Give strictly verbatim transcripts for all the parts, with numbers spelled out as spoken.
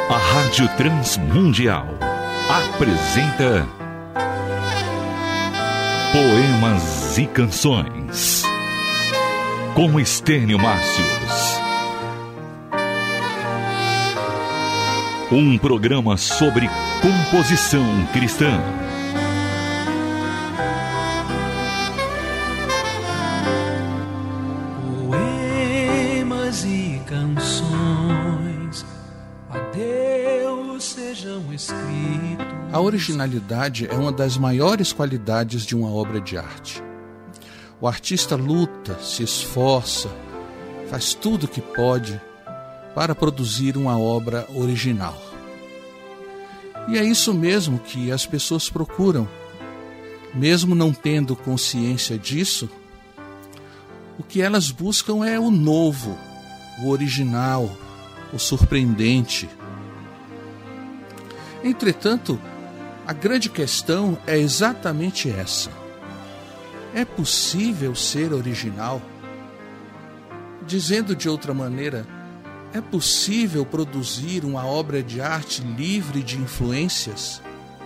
A Rádio Transmundial apresenta Poemas e Canções com Estênio Márcios. Um programa sobre composição cristã. Poemas e canções a Deus sejam escritos. A originalidade é uma das maiores qualidades de uma obra de arte. O artista luta, se esforça, faz tudo o que pode para produzir uma obra original. E é isso mesmo que as pessoas procuram. Mesmo não tendo consciência disso, o que elas buscam é o novo, o original, o surpreendente. Entretanto, a grande questão é exatamente essa. É possível ser original? Dizendo de outra maneira, é possível produzir uma obra de arte livre de influências?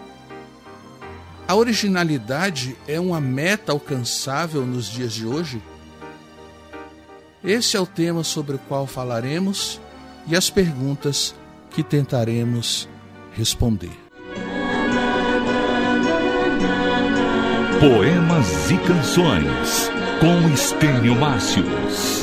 A originalidade é uma meta alcançável nos dias de hoje? Esse é o tema sobre o qual falaremos e as perguntas que tentaremos responder. Poemas e Canções com Estênio Márcios.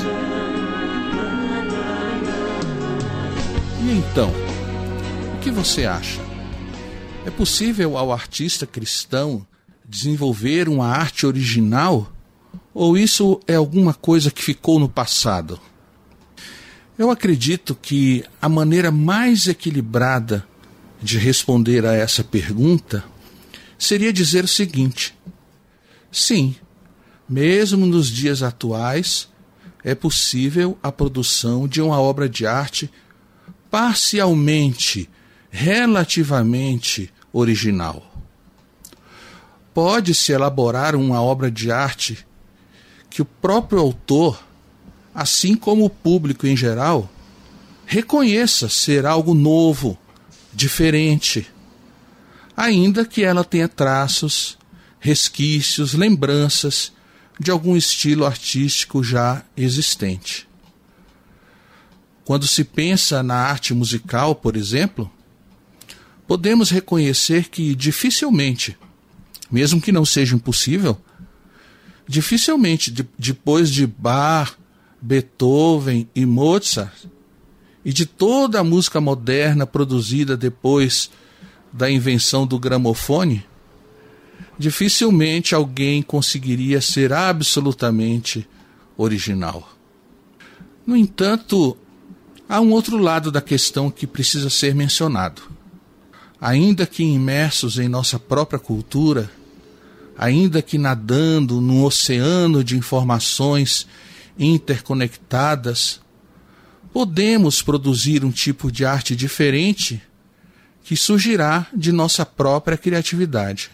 E então, o que você acha? É possível ao artista cristão desenvolver uma arte original? Ou isso é alguma coisa que ficou no passado? Eu acredito que a maneira mais equilibrada de responder a essa pergunta seria dizer o seguinte: sim, mesmo nos dias atuais, é possível a produção de uma obra de arte parcialmente, relativamente original. Pode-se elaborar uma obra de arte que o próprio autor, assim como o público em geral, reconheça ser algo novo, diferente, ainda que ela tenha traços, resquícios, lembranças de algum estilo artístico já existente. Quando se pensa na arte musical, por exemplo, podemos reconhecer que dificilmente, mesmo que não seja impossível, dificilmente de, depois de Bach, Beethoven e Mozart, e de toda a música moderna produzida depois da invenção do gramofone, dificilmente alguém conseguiria ser absolutamente original. No entanto, há um outro lado da questão que precisa ser mencionado. Ainda que imersos em nossa própria cultura, ainda que nadando num oceano de informações interconectadas, podemos produzir um tipo de arte diferente que surgirá de nossa própria criatividade.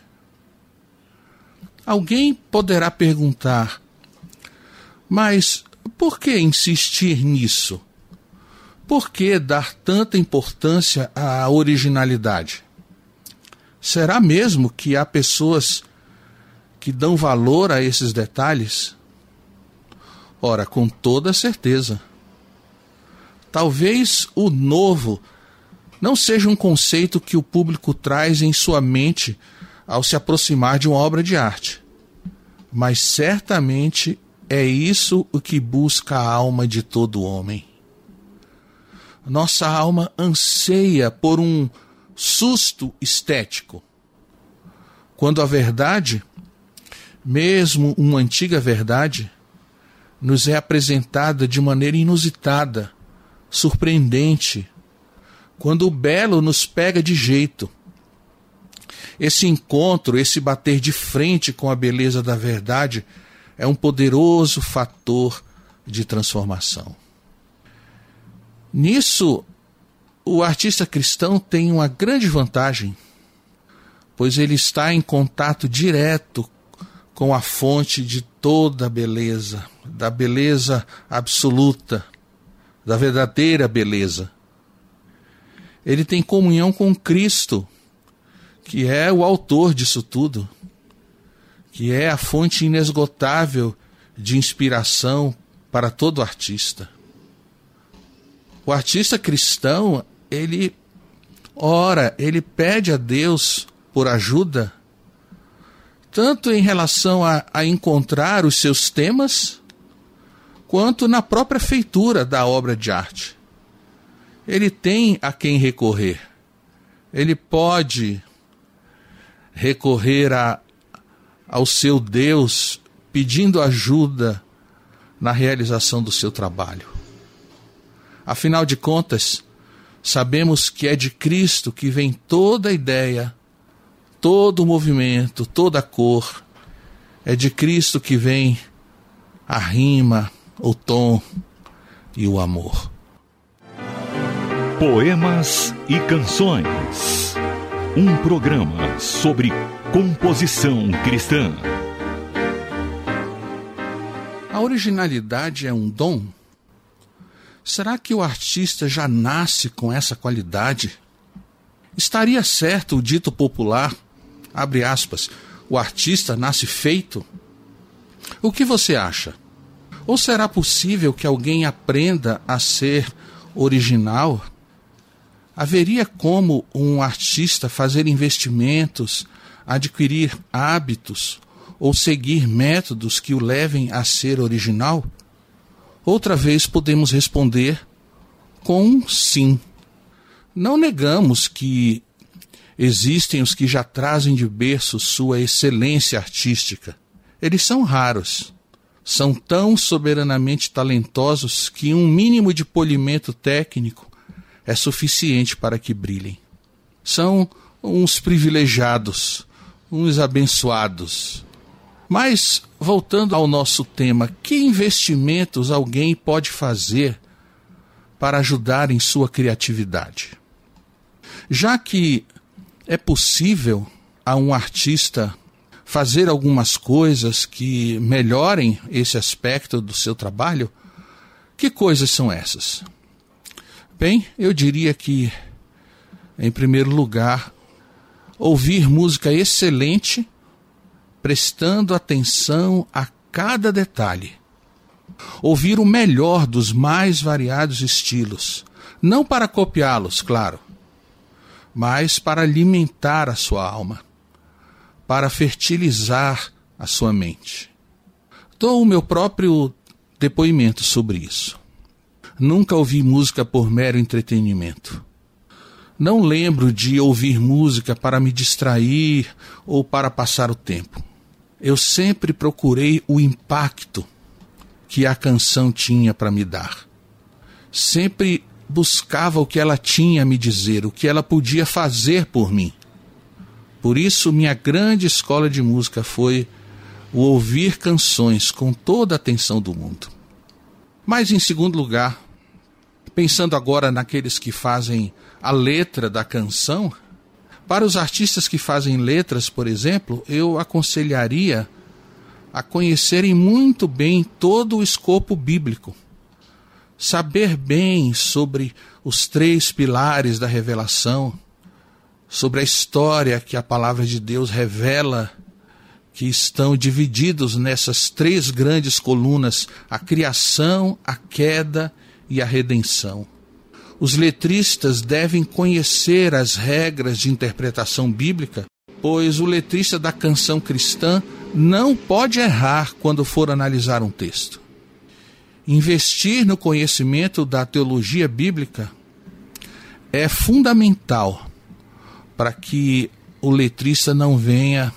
Alguém poderá perguntar: mas por que insistir nisso? Por que dar tanta importância à originalidade? Será mesmo que há pessoas que dão valor a esses detalhes? Ora, com toda certeza. Talvez o novo não seja um conceito que o público traz em sua mente ao se aproximar de uma obra de arte, mas certamente é isso o que busca a alma de todo homem. Nossa alma anseia por um susto estético, quando a verdade, mesmo uma antiga verdade, nos é apresentada de maneira inusitada, surpreendente, quando o belo nos pega de jeito. Esse encontro, esse bater de frente com a beleza da verdade é um poderoso fator de transformação. Nisso, o artista cristão tem uma grande vantagem, pois ele está em contato direto com a fonte de toda a beleza, da beleza absoluta, da verdadeira beleza. ele tem comunhão com Cristo, que é o autor disso tudo, que é a fonte inesgotável de inspiração para todo artista. O artista cristão, ele ora, ele pede a Deus por ajuda, tanto em relação a, a encontrar os seus temas, quanto na própria feitura da obra de arte. Ele tem a quem recorrer. Ele pode recorrer a, ao seu Deus, pedindo ajuda na realização do seu trabalho. Afinal de contas, sabemos que é de Cristo que vem toda a ideia, todo o movimento, toda a cor. É de Cristo que vem a rima, o tom e o amor. Poemas e Canções. Um programa sobre composição cristã. A originalidade é um dom? Será que o artista já nasce com essa qualidade? Estaria certo o dito popular, abre aspas, o artista nasce feito? O que você acha? Ou será possível que alguém aprenda a ser original? Haveria como um artista fazer investimentos, adquirir hábitos ou seguir métodos que o levem a ser original? Outra vez podemos responder com um sim. Não negamos que existem os que já trazem de berço sua excelência artística. Eles são raros. São tão soberanamente talentosos que um mínimo de polimento técnico é suficiente para que brilhem. São uns privilegiados, uns abençoados. Mas, voltando ao nosso tema, que investimentos alguém pode fazer para ajudar em sua criatividade? Já que é possível a um artista fazer algumas coisas que melhorem esse aspecto do seu trabalho, que coisas são essas? Bem, eu diria que, em primeiro lugar, ouvir música excelente, prestando atenção a cada detalhe. Ouvir o melhor dos mais variados estilos, não para copiá-los, claro, mas para alimentar a sua alma, para fertilizar a sua mente. Dou o meu próprio depoimento sobre isso. Nunca ouvi música por mero entretenimento. Não lembro de ouvir música para me distrair ou para passar o tempo. Eu sempre procurei o impacto que a canção tinha para me dar. Sempre buscava o que ela tinha a me dizer, o que ela podia fazer por mim. Por isso, minha grande escola de música foi o ouvir canções com toda a atenção do mundo. Mas, em segundo lugar, pensando agora naqueles que fazem a letra da canção, para os artistas que fazem letras, por exemplo, eu aconselharia a conhecerem muito bem todo o escopo bíblico. Saber bem sobre os três pilares da revelação, sobre a história que a palavra de Deus revela, que estão divididos nessas três grandes colunas, a criação, a queda e a redenção. Os letristas devem conhecer as regras de interpretação bíblica, pois o letrista da canção cristã não pode errar quando for analisar um texto. Investir no conhecimento da teologia bíblica é fundamental para que o letrista não venha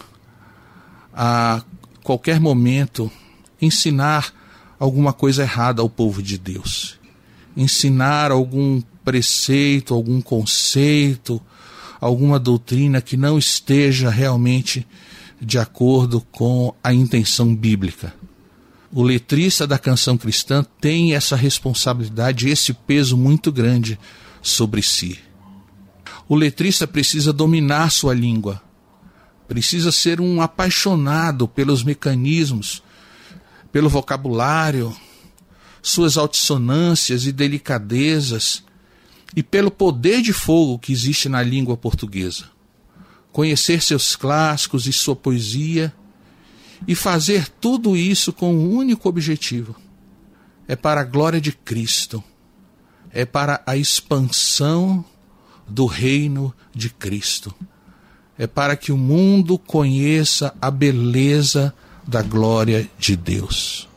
a qualquer momento ensinar alguma coisa errada ao povo de Deus. Ensinar algum preceito, algum conceito, alguma doutrina que não esteja realmente de acordo com a intenção bíblica. O letrista da canção cristã tem essa responsabilidade, esse peso muito grande sobre si. O letrista precisa dominar sua língua, precisa ser um apaixonado pelos mecanismos, pelo vocabulário, suas altissonâncias e delicadezas, e pelo poder de fogo que existe na língua portuguesa. Conhecer seus clássicos e sua poesia e fazer tudo isso com um único objetivo. É para a glória de Cristo. É para a expansão do reino de Cristo. É para que o mundo conheça a beleza da glória de Deus.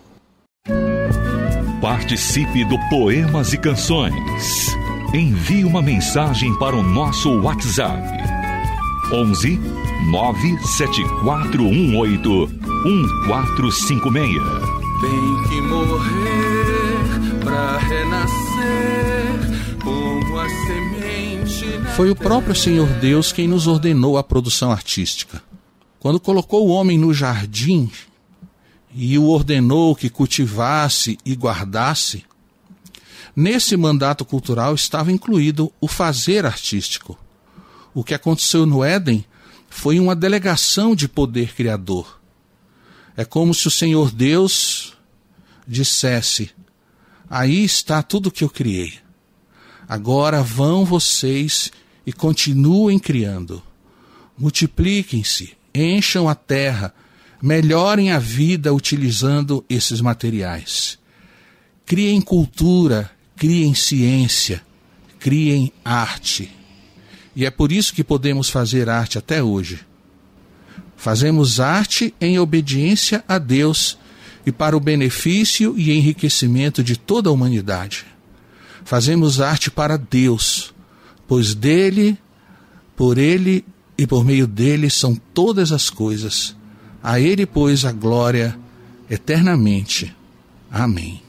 Participe do Poemas e Canções. Envie uma mensagem para o nosso WhatsApp. onze nove sete quatro um oito um quatro cinco seis. Tem que morrer pra renascer como a semente. Foi o próprio Senhor Deus quem nos ordenou a produção artística. Quando colocou o homem no jardim e o ordenou que cultivasse e guardasse, nesse mandato cultural estava incluído o fazer artístico. O que aconteceu no Éden foi uma delegação de poder criador. É como se o Senhor Deus dissesse: aí está tudo que eu criei. Agora vão vocês e continuem criando. Multipliquem-se, encham a terra, melhorem a vida utilizando esses materiais. Criem cultura, criem ciência, criem arte. E é por isso que podemos fazer arte até hoje. Fazemos arte em obediência a Deus e para o benefício e enriquecimento de toda a humanidade. Fazemos arte para Deus, pois dele, por ele e por meio dele são todas as coisas. A ele, pois, a glória eternamente. Amém.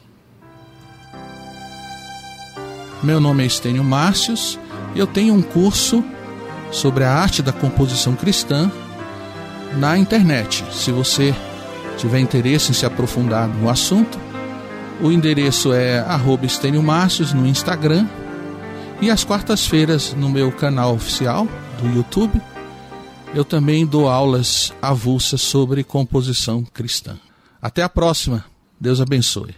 Meu nome é Estênio Márcios e eu tenho um curso sobre a arte da composição cristã na internet. Se você tiver interesse em se aprofundar no assunto, o endereço é arroba Estênio Márcios no Instagram, e às quartas-feiras no meu canal oficial do YouTube eu também dou aulas avulsas sobre composição cristã. Até a próxima. Deus abençoe.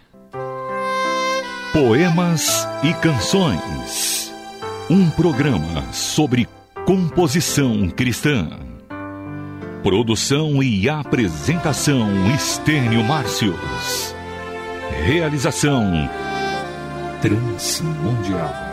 Poemas e Canções. Um programa sobre composição cristã. Produção e apresentação Estênio Márcios. Realização Transmundial.